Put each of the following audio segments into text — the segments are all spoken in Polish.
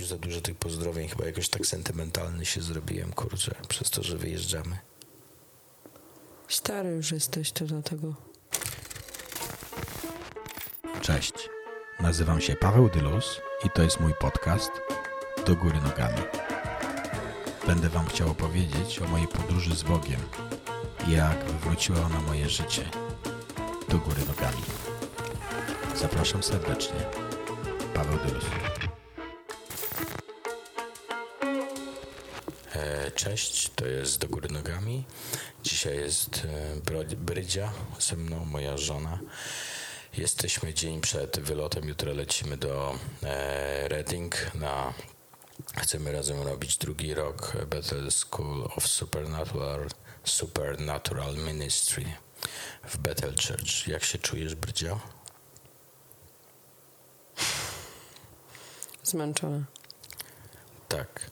za dużo tych pozdrowień. Chyba jakoś tak sentymentalny się zrobiłem, kurczę, przez to, że wyjeżdżamy. Stary już jesteś, to dlatego. Cześć, nazywam się Paweł Dylus i to jest mój podcast Do Góry Nogami. Będę wam chciał opowiedzieć o mojej podróży z Bogiem i jak wywróciła ona moje życie do góry nogami. Zapraszam serdecznie. Paweł Dylus. Cześć, to jest Do Góry Nogami. Dzisiaj jest Brydzia ze mną, moja żona. Jesteśmy dzień przed wylotem, jutro lecimy do Reading chcemy razem robić drugi rok Bethel School of Supernatural Ministry w Bethel Church. Jak się czujesz, Brydzia? Zmęczona. Tak.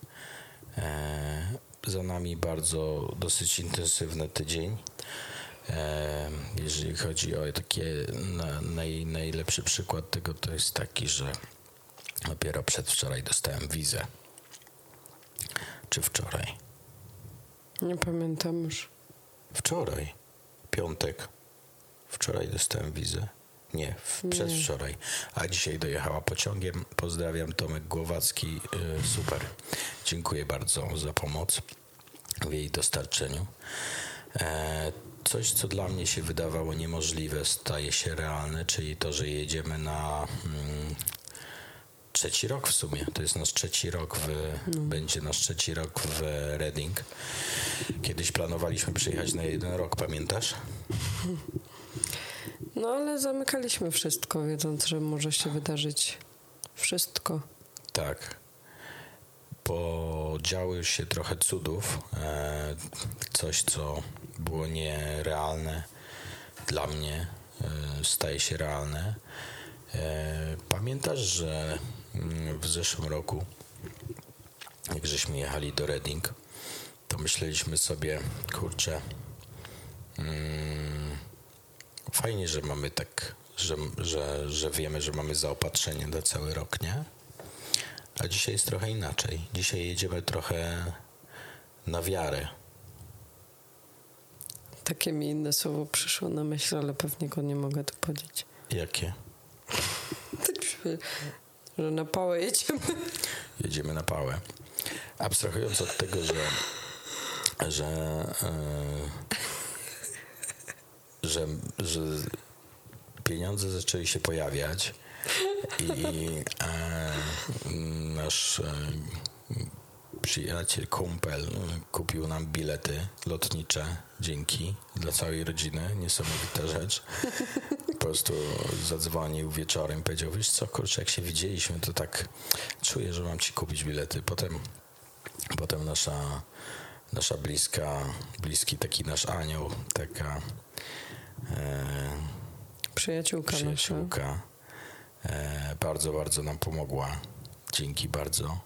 Za nami dosyć intensywny tydzień. Jeżeli chodzi o takie najlepszy przykład tego, to jest taki, że dopiero przedwczoraj dostałem wizę. Czy wczoraj? Nie pamiętam już. Wczoraj. Piątek. Wczoraj dostałem wizę. Nie, przedwczoraj. A dzisiaj dojechała pociągiem. Pozdrawiam, Tomek Głowacki. Super. Dziękuję bardzo za pomoc w jej dostarczeniu. Coś, co dla mnie się wydawało niemożliwe, staje się realne, czyli to, że jedziemy na trzeci rok w sumie. To jest nasz trzeci rok, będzie nasz trzeci rok w Reading. Kiedyś planowaliśmy przyjechać na 1 rok, pamiętasz? No ale zamykaliśmy wszystko, wiedząc, że może się wydarzyć wszystko. Tak. Podziały się trochę cudów. Coś, co było nierealne dla mnie, staje się realne. Pamiętasz, że w zeszłym roku, jak żeśmy jechali do Reading, to myśleliśmy sobie, kurczę, fajnie, że mamy tak, że wiemy, że mamy zaopatrzenie na cały rok, nie? A dzisiaj jest trochę inaczej. Dzisiaj jedziemy trochę na wiarę. Takie mi inne słowo przyszło na myśl, ale pewnie go nie mogę tu powiedzieć. Jakie? Że na pałę jedziemy. Jedziemy na pałę. Abstrahując od tego, że pieniądze zaczęły się pojawiać i nasz przyjaciel, kumpel kupił nam bilety lotnicze, dzięki, dla całej rodziny, niesamowita rzecz. Po prostu zadzwonił wieczorem, powiedział, wiesz co, kurczę, jak się widzieliśmy, to tak czuję, że mam ci kupić bilety. Potem nasza bliski taki nasz anioł, taka Przyjaciółka bardzo, bardzo nam pomogła. Dzięki bardzo.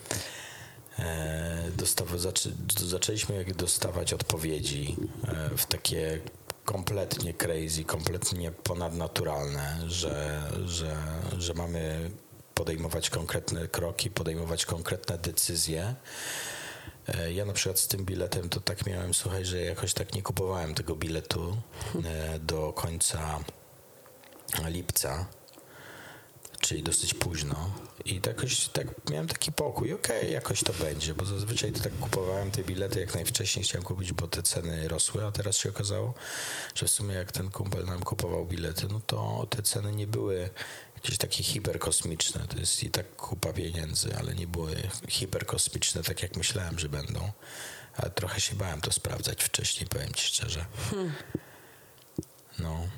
Zaczęliśmy dostawać odpowiedzi w takie kompletnie crazy, kompletnie ponadnaturalne, że mamy podejmować konkretne kroki, podejmować konkretne decyzje. Ja na przykład z tym biletem to tak miałem, słuchaj, że jakoś tak nie kupowałem tego biletu do końca lipca, czyli dosyć późno. I tak miałem taki pokój, okej, jakoś to będzie, bo zazwyczaj to tak kupowałem te bilety, jak najwcześniej chciałem kupić, bo te ceny rosły, a teraz się okazało, że w sumie jak ten kumpel nam kupował bilety, no to te ceny nie były jakieś takie hiperkosmiczne. To jest i tak kupa pieniędzy, ale nie były hiperkosmiczne, tak jak myślałem, że będą. Ale trochę się bałem to sprawdzać wcześniej, powiem ci szczerze. No.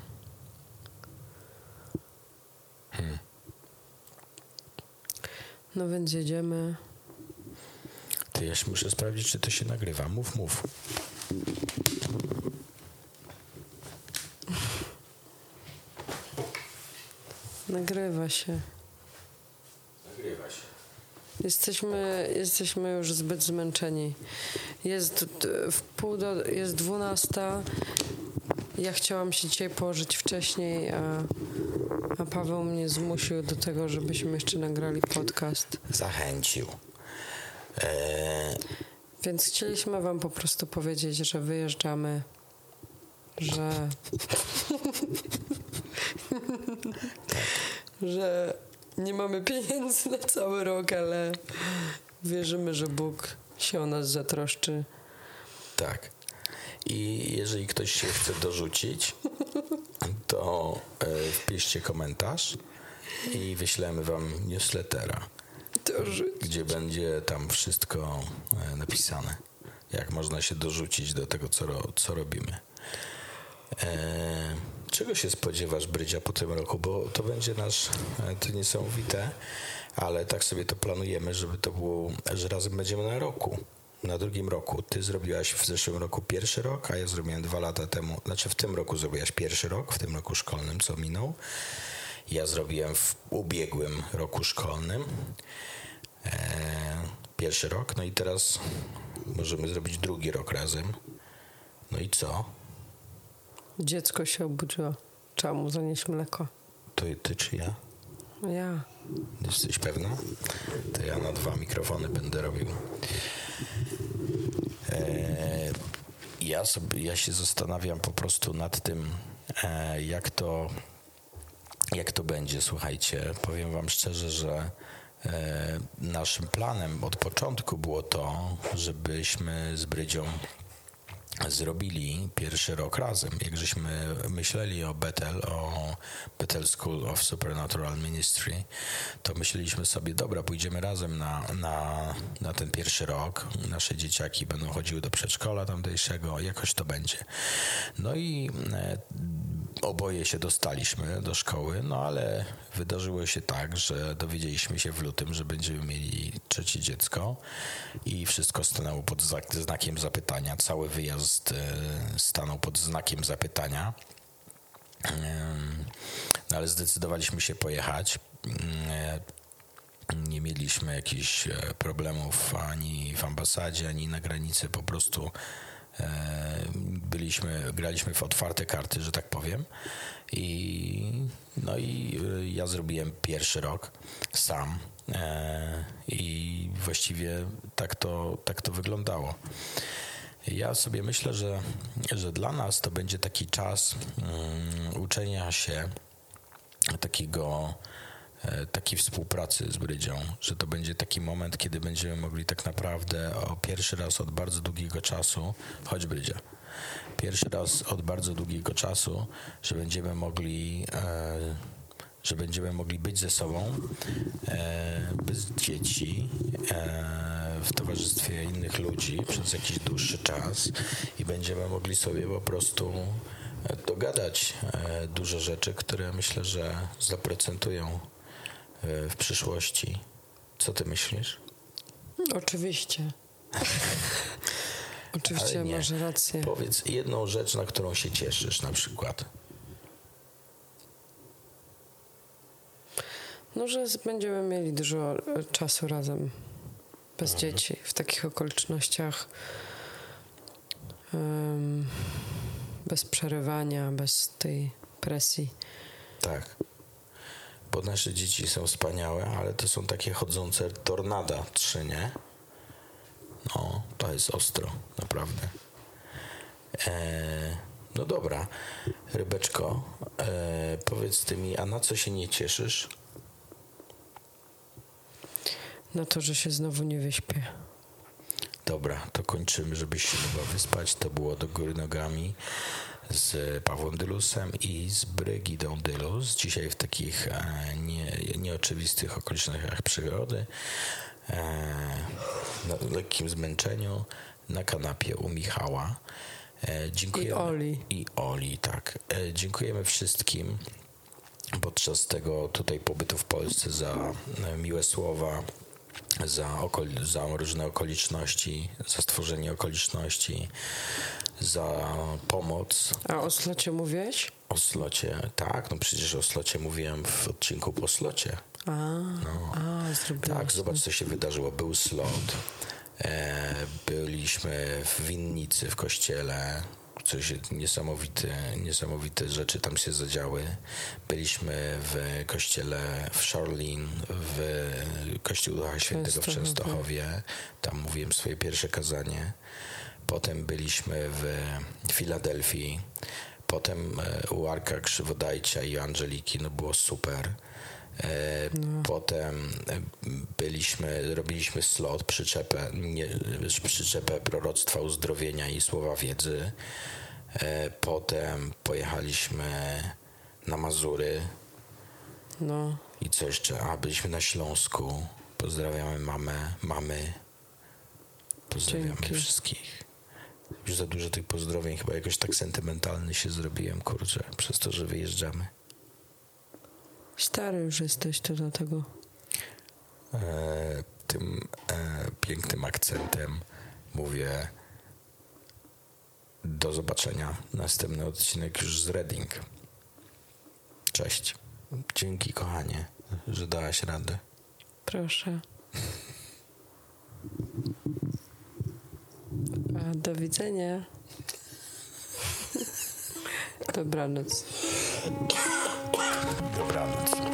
No więc jedziemy. Ty, ja się muszę sprawdzić, czy to się nagrywa. Mów. Nagrywa się. Jesteśmy już zbyt zmęczeni. Jest 12. Ja chciałam się dzisiaj położyć wcześniej, A Paweł mnie zmusił do tego, żebyśmy jeszcze nagrali podcast. Zachęcił. Więc chcieliśmy wam po prostu powiedzieć, że wyjeżdżamy, że... że nie mamy pieniędzy na cały rok, ale wierzymy, że Bóg się o nas zatroszczy. Tak. I jeżeli ktoś się chce dorzucić, to wpiszcie komentarz i wyślemy wam newslettera, gdzie będzie tam wszystko napisane, jak można się dorzucić do tego, co robimy. Czego się spodziewasz, Brydzia, po tym roku? Bo to będzie to niesamowite, ale tak sobie to planujemy, żeby to było, że razem będziemy na drugim roku. Ty zrobiłaś w zeszłym roku pierwszy rok, a ja zrobiłem 2 lata temu, znaczy w tym roku zrobiłaś pierwszy rok, w tym roku szkolnym, co minął. Ja zrobiłem w ubiegłym roku szkolnym pierwszy rok, no i teraz możemy zrobić drugi rok razem. No i co? Dziecko się obudziło. Trzeba mu zanieść mleko. To ty czy ja? Ja. Jesteś pewna? To ja na 2 mikrofony będę robił. Ja się zastanawiam po prostu nad tym, jak to będzie. Słuchajcie, powiem wam szczerze, że naszym planem od początku było to, żebyśmy z Brydzią zrobili pierwszy rok razem. Jak żeśmy myśleli o Bethel School of Supernatural Ministry, to myśleliśmy sobie, dobra, pójdziemy razem na ten pierwszy rok. Nasze dzieciaki będą chodziły do przedszkola tamtejszego, jakoś to będzie. No i oboje się dostaliśmy do szkoły, no ale wydarzyło się tak, że dowiedzieliśmy się w lutym, że będziemy mieli 3 dziecko i wszystko stanęło pod znakiem zapytania. Cały wyjazd stanął pod znakiem zapytania. No ale zdecydowaliśmy się pojechać. Nie mieliśmy jakichś problemów ani w ambasadzie, ani na granicy. Po prostu graliśmy w otwarte karty, że tak powiem. I ja zrobiłem pierwszy rok sam. I właściwie tak to wyglądało. Ja sobie myślę, że dla nas to będzie taki czas uczenia się takiej współpracy z Brydzią, że to będzie taki moment, kiedy będziemy mogli tak naprawdę pierwszy raz od bardzo długiego czasu, chodź Brydzia, pierwszy raz od bardzo długiego czasu, że będziemy mogli być ze sobą bez dzieci, w towarzystwie innych ludzi przez jakiś dłuższy czas i będziemy mogli sobie po prostu dogadać dużo rzeczy, które myślę, że zaprocentują w przyszłości. Co ty myślisz? Oczywiście. Oczywiście masz rację. Powiedz jedną rzecz, na którą się cieszysz na przykład. No, że będziemy mieli dużo czasu razem, bez dzieci, w takich okolicznościach, bez przerywania, bez tej presji. Tak, bo nasze dzieci są wspaniałe, ale to są takie chodzące tornada 3, nie? No, to jest ostro, naprawdę. No dobra, Rybeczko, powiedz ty mi, a na co się nie cieszysz? Na to, że się znowu nie wyśpię. Dobra, to kończymy, żebyś się mogła wyspać. To było Do góry nogami z Pawłem Dylusem i z Brygidą Dylus. Dzisiaj w takich nieoczywistych okolicznościach przyrody, na lekkim zmęczeniu, na kanapie u Michała. Dziękujemy. I Oli, tak. Dziękujemy wszystkim podczas tego tutaj pobytu w Polsce za miłe słowa, za różne okoliczności, za stworzenie okoliczności, za pomoc. A o slocie mówiłeś? O slocie, tak, no przecież o slocie mówiłem w odcinku po slocie. Tak, zobacz, co się wydarzyło. Był slot, byliśmy w winnicy w kościele, niesamowite rzeczy tam się zadziały. Byliśmy w kościele w Shoreline, w Kościół Ducha Świętego w Częstochowie. Tam mówiłem swoje pierwsze kazanie. Potem byliśmy w Filadelfii. Potem u Arka Krzywodajcia i Angeliki, no było super. Potem robiliśmy slot, przyczepę proroctwa, uzdrowienia i słowa wiedzy. Potem pojechaliśmy na Mazury. No. I co jeszcze? Byliśmy na Śląsku. Pozdrawiamy mamy. Pozdrawiamy wszystkich. Już za dużo tych pozdrowień, chyba jakoś tak sentymentalny się zrobiłem, kurczę, przez to, że wyjeżdżamy. Stary już jesteś, to dlatego. Tym pięknym akcentem mówię do zobaczenia. Następny odcinek już z Reading. Cześć. Dzięki, kochanie, że dałaś radę. Proszę. Do widzenia. Dobranoc. Dobranoc.